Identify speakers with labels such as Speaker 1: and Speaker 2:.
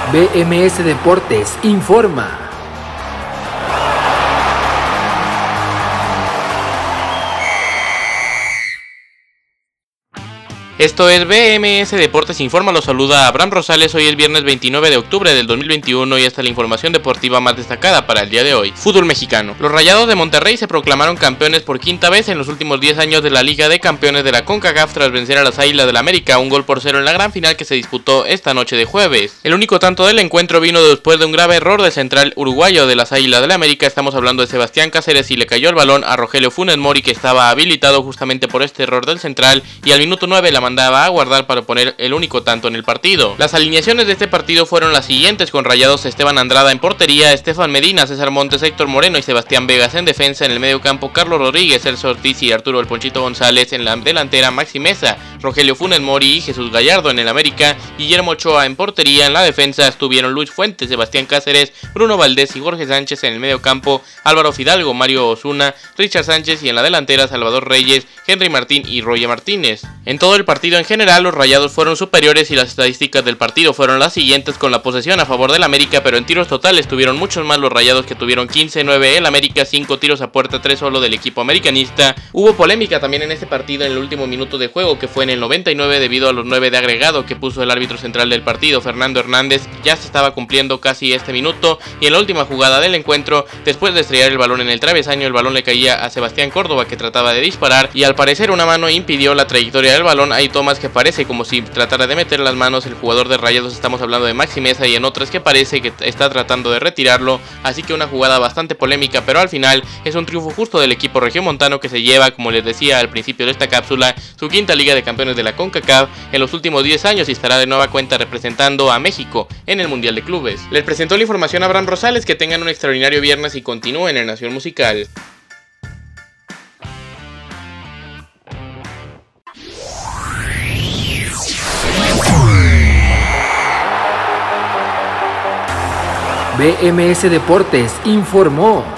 Speaker 1: BMS Deportes informa.
Speaker 2: Esto es BMS Deportes Informa, los saluda Abraham Rosales. Hoy es viernes 29 de octubre del 2021 y esta es la información deportiva más destacada para el día de hoy. Fútbol mexicano. Los Rayados de Monterrey se proclamaron campeones por quinta vez en los últimos 10 años de la Liga de Campeones de la CONCACAF tras vencer a las Águilas del la América 1-0 en la gran final que se disputó esta noche de jueves. El único tanto del encuentro vino después de un grave error del central uruguayo de las Águilas del la América. Estamos hablando de Sebastián Cáceres y le cayó el balón a Rogelio Funes Mori, que estaba habilitado justamente por este error del central, y al minuto 9 la mandaba a guardar para poner el único tanto en el partido. Las alineaciones de este partido fueron las siguientes, con Rayados: Esteban Andrada en portería, Estefan Medina, César Montes, Héctor Moreno y Sebastián Vegas en defensa. En el medio campo, Carlos Rodríguez, Celso Ortiz y Arturo El Ponchito González. En la delantera, Maxi Meza, Rogelio Funes Mori y Jesús Gallardo. En el América, Guillermo Ochoa en portería. En la defensa estuvieron Luis Fuentes, Sebastián Cáceres, Bruno Valdés y Jorge Sánchez. En el medio campo, Álvaro Fidalgo, Mario Osuna, Richard Sánchez, y en la delantera, Salvador Reyes, Henry Martín y Roger Martínez. En todo el partido en general, los Rayados fueron superiores y las estadísticas del partido fueron las siguientes, con la posesión a favor del América, pero en tiros totales tuvieron muchos más los Rayados, que tuvieron 15-9 el América, 5 tiros a puerta, 3 solo del equipo americanista. Hubo polémica también en este partido en el último minuto de juego, que fue en el 99 debido a los 9 de agregado que puso el árbitro central del partido, Fernando Hernández. Ya se estaba cumpliendo casi este minuto y en la última jugada del encuentro, después de estrellar el balón en el travesaño, el balón le caía a Sebastián Córdoba, que trataba de disparar, y al parecer una mano impidió la trayectoria del balón. Hay tomas que parece como si tratara de meter las manos el jugador de Rayados, estamos hablando de Maxi Meza, y en otras que parece que está tratando de retirarlo, así que una jugada bastante polémica, pero al final es un triunfo justo del equipo regiomontano, que se lleva, como les decía al principio de esta cápsula, su quinta Liga de Campeones de la CONCACAF en los últimos 10 años y estará de nueva cuenta representando a México en el Mundial de Clubes. Les presentó la información a Abraham Rosales. Que tengan un extraordinario viernes y continúen en Nación Musical.
Speaker 1: BMS Deportes informó.